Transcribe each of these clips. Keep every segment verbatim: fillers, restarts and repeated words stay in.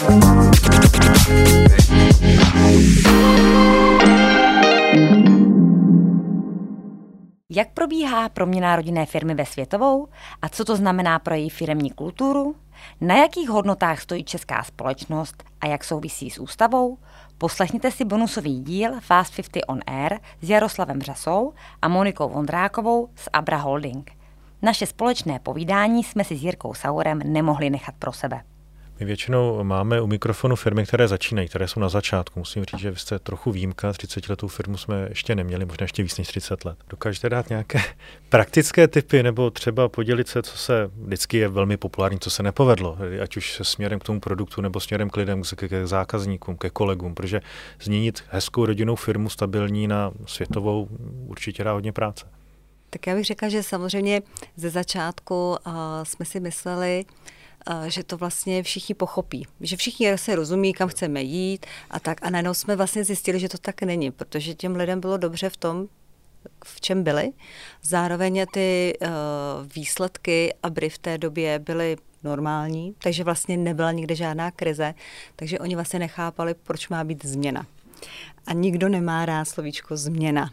Jak probíhá proměna rodinné firmy ve světovou a co to znamená pro její firemní kulturu? Na jakých hodnotách stojí česká společnost a jak souvisí s ústavou? Poslechněte si bonusový díl Fast padesát on Air s Jaroslavem Řasou a Monikou Vondrákovou z Abra Holding. Naše společné povídání jsme si s Jirkou Saurem nemohli nechat pro sebe. My většinou máme u mikrofonu firmy, které začínají, které jsou na začátku. Musím říct, že vy jste trochu výjimka, třicetiletou firmu jsme ještě neměli, možná ještě víc než třicet let. Dokážete dát nějaké praktické tipy nebo třeba podělit se, co se vždycky je velmi populární, co se nepovedlo, ať už se směrem k tomu produktu nebo směrem k lidem, k zákazníkům, ke kolegům, protože změnit hezkou rodinnou firmu stabilní na světovou určitě dá hodně práce. Tak já bych řekla, že samozřejmě ze začátku uh, jsme si mysleli, že to vlastně všichni pochopí, že všichni se rozumí, kam chceme jít a tak. A najednou jsme vlastně zjistili, že to tak není, protože těm lidem bylo dobře v tom, v čem byli. Zároveň ty uh, výsledky Abry v té době byly normální, takže vlastně nebyla nikde žádná krize, takže oni vlastně nechápali, proč má být změna. A nikdo nemá rád slovíčko změna.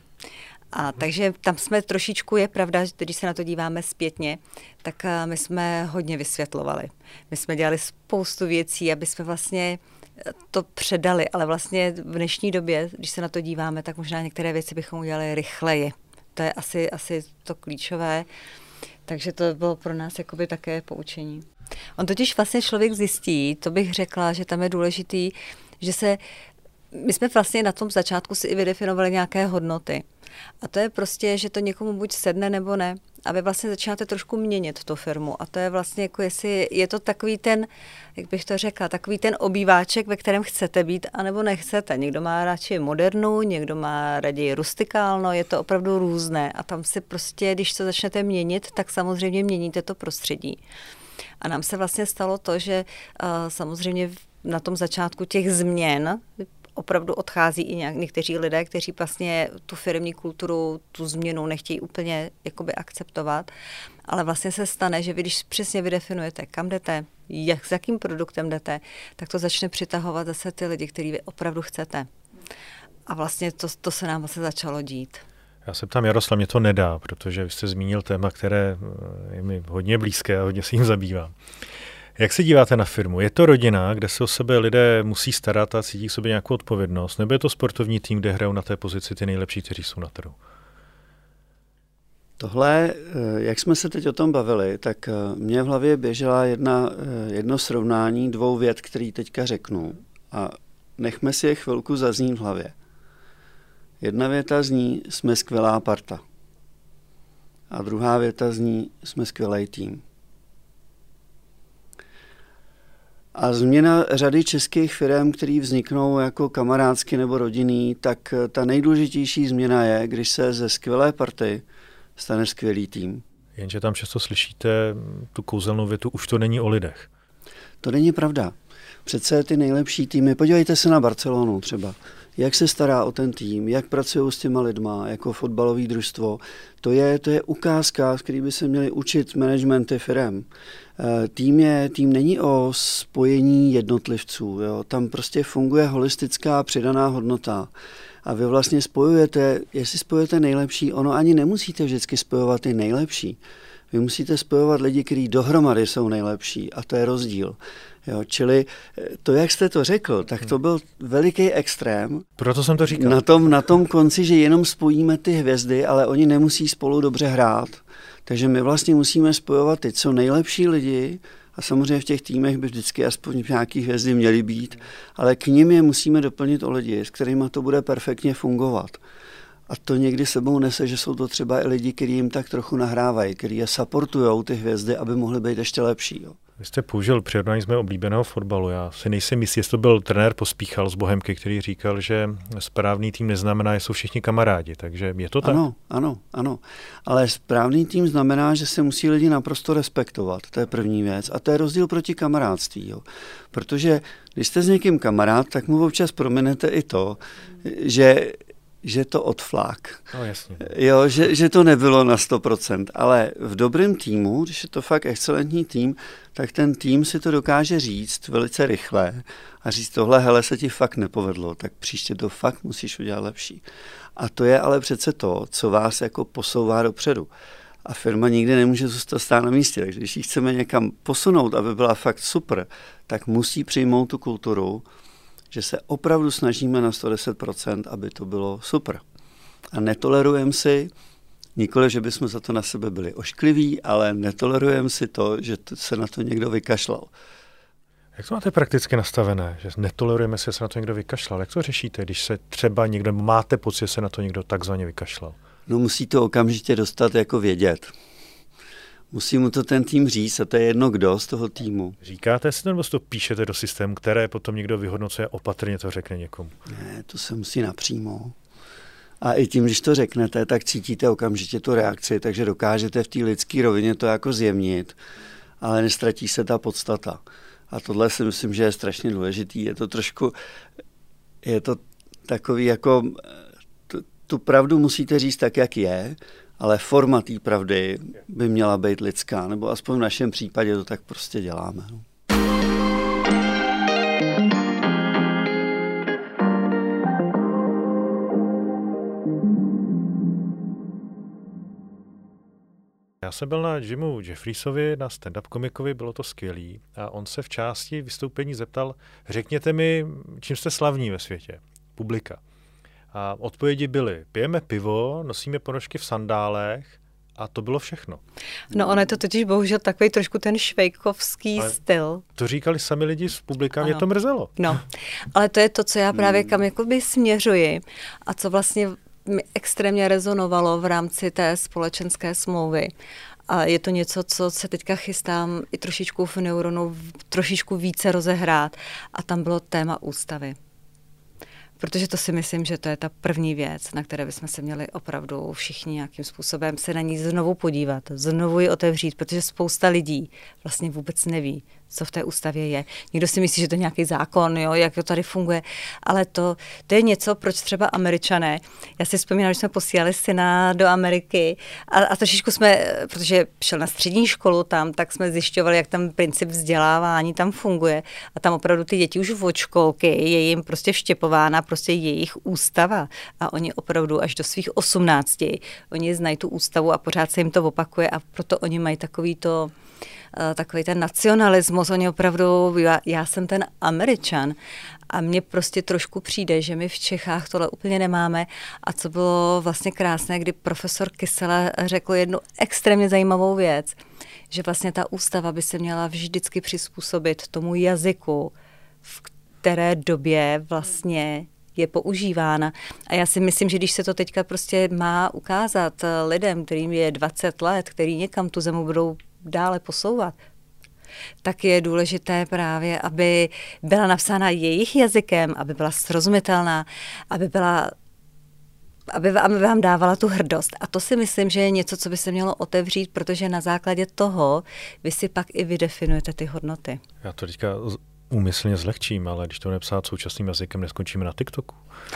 A takže tam jsme trošičku, je pravda, že když se na to díváme zpětně, tak my jsme hodně vysvětlovali. My jsme dělali spoustu věcí, aby jsme vlastně to předali, ale vlastně v dnešní době, když se na to díváme, tak možná některé věci bychom udělali rychleji. To je asi, asi to klíčové, takže to bylo pro nás jakoby také poučení. On totiž vlastně člověk zjistí, to bych řekla, že tam je důležitý, že se, my jsme vlastně na tom začátku si i vydefinovali nějaké hodnoty. A to je prostě, že to někomu buď sedne nebo ne. A vy vlastně začínáte trošku měnit tu firmu. A to je vlastně jako jestli je to takový ten, jak bych to řekla, takový ten obýváček, ve kterém chcete být, anebo nechcete. Někdo má radši modernu, někdo má raději rustikálno, je to opravdu různé. A tam si prostě, když to začnete měnit, tak samozřejmě měníte to prostředí. A nám se vlastně stalo to, že uh, samozřejmě na tom začátku těch změn opravdu odchází i nějak, někteří lidé, kteří vlastně tu firemní kulturu, tu změnu nechtějí úplně jakoby akceptovat, ale vlastně se stane, že vy, když přesně vydefinujete, kam jdete, jak, s jakým produktem jdete, tak to začne přitahovat zase ty lidi, který vy opravdu chcete. A vlastně to, to se nám vlastně začalo dít. Já se ptám, Jaroslav, mě to nedá, protože vy jste zmínil téma, které je mi hodně blízké a hodně se jim zabývám. Jak se díváte na firmu? Je to rodina, kde se o sebe lidé musí starat a cítí k sobě nějakou odpovědnost? Nebo je to sportovní tým, kde hrajou na té pozici ty nejlepší, kteří jsou na trhu? Tohle, jak jsme se teď o tom bavili, tak mě v hlavě běžela jedna, jedno srovnání dvou vět, které teďka řeknu. A nechme si je chvilku zaznít v hlavě. Jedna věta zní, jsme skvělá parta. A druhá věta zní, jsme skvělý tým. A změna řady českých firem, které vzniknou jako kamarádsky nebo rodinný, tak ta nejdůležitější změna je, když se ze skvělé party stane skvělý tým. Jenže tam často slyšíte tu kouzelnou větu, už to není o lidech. To není pravda. Přece ty nejlepší týmy, podívejte se na Barcelonu třeba, jak se stará o ten tým, jak pracují s těma lidma, jako fotbalový družstvo. To je, to je ukázka, z který by se měli učit managementy firem. Tým, je, tým není o spojení jednotlivců, jo? Tam prostě funguje holistická přidaná hodnota. A vy vlastně spojujete, jestli spojujete nejlepší, ono ani nemusíte vždycky spojovat ty nejlepší. Vy musíte spojovat lidi, kteří dohromady jsou nejlepší a to je rozdíl. Jo, čili to, jak jste to řekl, tak to byl veliký extrém. Proto jsem to říkal. Na tom, na tom konci, že jenom spojíme ty hvězdy, ale oni nemusí spolu dobře hrát. Takže my vlastně musíme spojovat ty co nejlepší lidi a samozřejmě v těch týmech by vždycky aspoň nějaký hvězdy měly být, ale k nim je musíme doplnit o lidi, s kterými to bude perfektně fungovat. A to někdy sebou nese, že jsou to třeba i lidi, kteří jim tak trochu nahrávají, kteří je supportujou ty hvězdy, aby mohly být ještě lepší. Jo. Vy jste použil přirovnání z mého oblíbeného fotbalu. Já si nejsem jistý, jestli to byl trenér Pospíchal z Bohemky, který říkal, že správný tým neznamená, že jsou všichni kamarádi. Takže je to tak? Ano, ano, ano. Ale správný tým znamená, že se musí lidi naprosto respektovat. To je první věc. A to je rozdíl proti kamarádství. Jo. Protože když jste s někým kamarád, tak mu občas prominete i to, že že to odflák. No jasně. Jo, že, že to nebylo na sto procent, ale v dobrém týmu, když je to fakt excelentní tým, tak ten tým si to dokáže říct velice rychle a říct tohle, hele, se ti fakt nepovedlo, tak příště to fakt musíš udělat lepší. A to je ale přece to, co vás jako posouvá dopředu. A firma nikdy nemůže zůstat stát na místě, takže když ji chceme někam posunout, aby byla fakt super, tak musí přijmout tu kulturu, že se opravdu snažíme na sto deset procent, aby to bylo super. A netolerujeme si, nikoli, že bychom za to na sebe byli oškliví, ale netolerujeme si to, že se na to někdo vykašlal. Jak to máte prakticky nastavené, že netolerujeme si, že se na to někdo vykašlal? Jak to řešíte, když se třeba někdo, máte pocit, že se na to někdo takzvaně vykašlal? No musí to okamžitě dostat jako vědět. Musí mu to ten tým říct a to je jedno kdo z toho týmu. Říkáte si to, nebo to píšete do systému, které potom někdo vyhodnocuje, opatrně to řekne někomu? Ne, to se musí napřímo. A i tím, když to řeknete, tak cítíte okamžitě tu reakci, takže dokážete v té lidské rovině to jako zjemnit, ale nestratí se ta podstata. A tohle si myslím, že je strašně důležitý. Je to trošku, je to takový jako, tu, tu pravdu musíte říct tak, jak je, ale forma té pravdy by měla být lidská, nebo aspoň v našem případě to tak prostě děláme. No. Já jsem byl na Jimu Jeffriesovi, na stand-up komikovi, bylo to skvělý a on se v části vystoupení zeptal, řekněte mi, čím jste slavní ve světě, publika. A odpovědi byly, pijeme pivo, nosíme ponožky v sandálech a to bylo všechno. No ono je to totiž bohužel takový trošku ten švejkovský ale styl. To říkali sami lidi z publika, mě to mrzelo. No, ale to je to, co já právě kam jakoby směřuji a co vlastně mi extrémně rezonovalo v rámci té společenské smlouvy. A je to něco, co se teďka chystám i trošičku v Neuronu trošičku více rozehrát a tam bylo téma ústavy. Protože to si myslím, že to je ta první věc, na které bychom se měli opravdu všichni nějakým způsobem se na ní znovu podívat, znovu ji otevřít, protože spousta lidí vlastně vůbec neví, co v té ústavě je. Někdo si myslí, že to je nějaký zákon, jo, jak to tady funguje, ale to, to je něco, proč třeba Američané, já si vzpomínám, že jsme posílali syna do Ameriky a, a trošičku jsme, protože šel na střední školu tam, tak jsme zjišťovali, jak tam princip vzdělávání tam funguje a tam opravdu ty děti už od školky je jim prostě vštěpována prostě jejich ústava a oni opravdu až do svých osmnácti, oni znají tu ústavu a pořád se jim to opakuje a proto oni mají takový to takový ten nacionalismus, oni opravdu, já, já jsem ten Američan a mně prostě trošku přijde, že my v Čechách tohle úplně nemáme a co bylo vlastně krásné, kdy profesor Kysela řekl jednu extrémně zajímavou věc, že vlastně ta ústava by se měla vždycky přizpůsobit tomu jazyku, v které době vlastně je používána. A já si myslím, že když se to teďka prostě má ukázat lidem, kterým je dvacet let, který někam tu zemi budou dále posouvat, tak je důležité právě, aby byla napsána jejich jazykem, aby byla srozumitelná, aby byla aby, aby vám dávala tu hrdost. A to si myslím, že je něco, co by se mělo otevřít, protože na základě toho vy si pak i vydefinujete ty hodnoty. Já to teďka úmyslně zlehčím, ale když to nepsát současným jazykem, neskončíme na TikToku.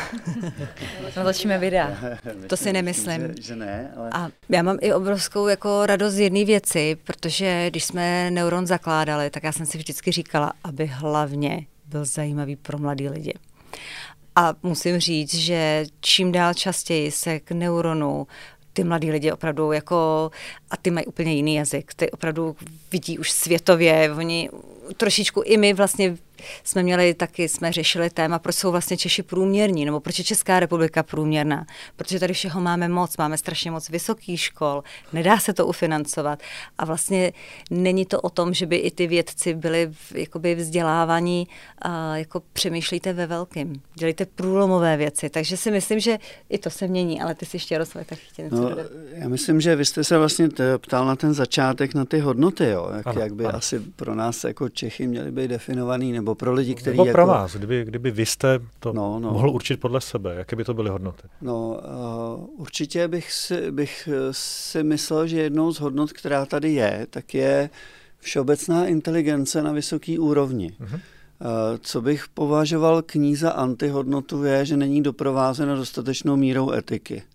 Natočíme videa. To si nemyslím. Že, že ne, ale... A já mám i obrovskou jako radost z jedné věci, protože když jsme Neuron zakládali, tak já jsem si vždycky říkala, aby hlavně byl zajímavý pro mladý lidi. A musím říct, že čím dál častěji se k Neuronu ty mladí lidi opravdu jako, a ty mají úplně jiný jazyk, ty opravdu vidí už světově, oni trošičku i my vlastně jsme měli taky, jsme řešili téma, proč jsou vlastně Češi průměrní, nebo proč je Česká republika průměrná, protože tady všeho máme moc, máme strašně moc vysokých škol, nedá se to ufinancovat a vlastně není to o tom, že by i ty vědci byli jakoby vzdělávaní, a jako přemýšlíte ve velkým, dělejte průlomové věci, takže si myslím, že i to se mění, ale ty si ještě Jaroslav, tak chtěl něco no, dodat. Já myslím, že vy jste se vlastně ptal na ten začátek, na ty hodnoty, jo? Jak, ano, jak by ano. asi pro nás jako Čechy měly být definovaný, nebo pro lidi, kteří... Nebo pro jako... vás, kdyby, kdyby vy jste to no, no. mohl určit podle sebe, jaké by to byly hodnoty? No, uh, určitě bych si, bych si myslel, že jednou z hodnot, která tady je, tak je všeobecná inteligence na vysoké úrovni. Uh-huh. Co bych považoval k ní za antihodnotu je, že není doprovázena dostatečnou mírou etiky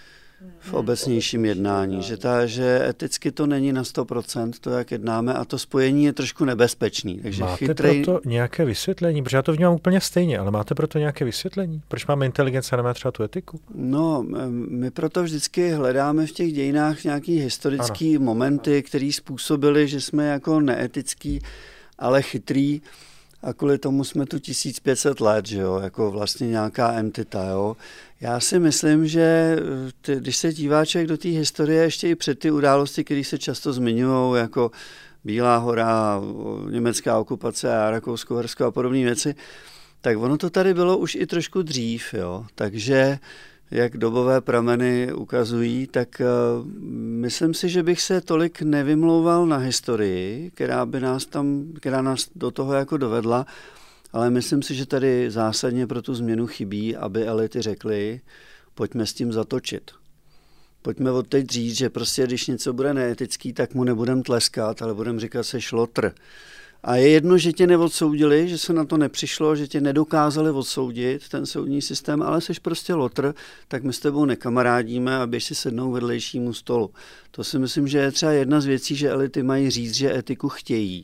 v obecnějším jednání, že, ta, že eticky to není na sto procent to, jak jednáme, a to spojení je trošku nebezpečný. Takže máte chytrej... proto nějaké vysvětlení? Protože já to vnímám úplně stejně, ale máte proto nějaké vysvětlení? Proč máme inteligenci a nemáme třeba tu etiku? No, my proto vždycky hledáme v těch dějinách nějaký historický ano. momenty, které způsobily, že jsme jako neetický, ale chytrý, a kvůli tomu jsme tu tisíc pět set let, že jo, jako vlastně nějaká entita, jo. Já si myslím, že ty, když se dívá člověk do té historie ještě i před ty události, které se často zmiňují, jako Bílá hora, německá okupace a Rakousko-Uhersko a podobné věci, tak ono to tady bylo už i trošku dřív, jo. Takže jak dobové prameny ukazují, tak uh, myslím si, že bych se tolik nevymlouval na historii, která by nás tam, která nás do toho jako dovedla, ale myslím si, že tady zásadně pro tu změnu chybí, aby elity řekly, pojďme s tím zatočit. Pojďme od teď říct, že prostě když něco bude neetický, tak mu nebudem tleskat, ale budem říkat, seš lotr. A je jedno, že tě neodsoudili, že se na to nepřišlo, že tě nedokázali odsoudit, ten soudní systém, ale seš prostě lotr, tak my s tebou nekamarádíme a běž si sednou vedlejšímu stolu. To si myslím, že je třeba jedna z věcí, že elity mají říct, že etiku chtějí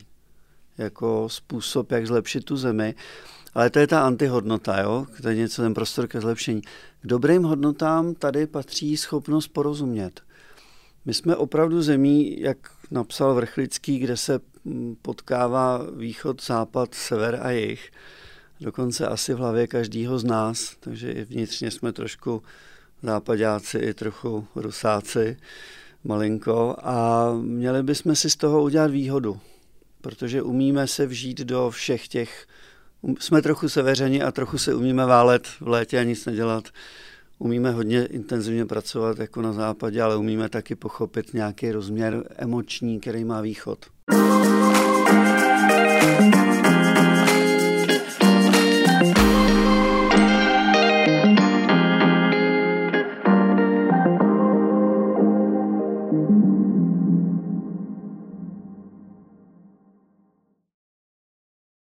jako způsob, jak zlepšit tu zemi. Ale to je ta antihodnota, jo? To je něco, ten prostor ke zlepšení. K dobrým hodnotám tady patří schopnost porozumět. My jsme opravdu zemí, jak napsal Vrchlický, kde se potkává východ, západ, sever a jih. Dokonce asi v hlavě každýho z nás, takže i vnitřně jsme trošku západáci, i trochu rusáci, malinko. A měli bychom si z toho udělat výhodu, protože umíme se vžít do všech těch, jsme trochu seveřeni a trochu se umíme válet v létě a nic nedělat. Umíme hodně intenzivně pracovat jako na západě, ale umíme taky pochopit nějaký rozměr emoční, který má východ.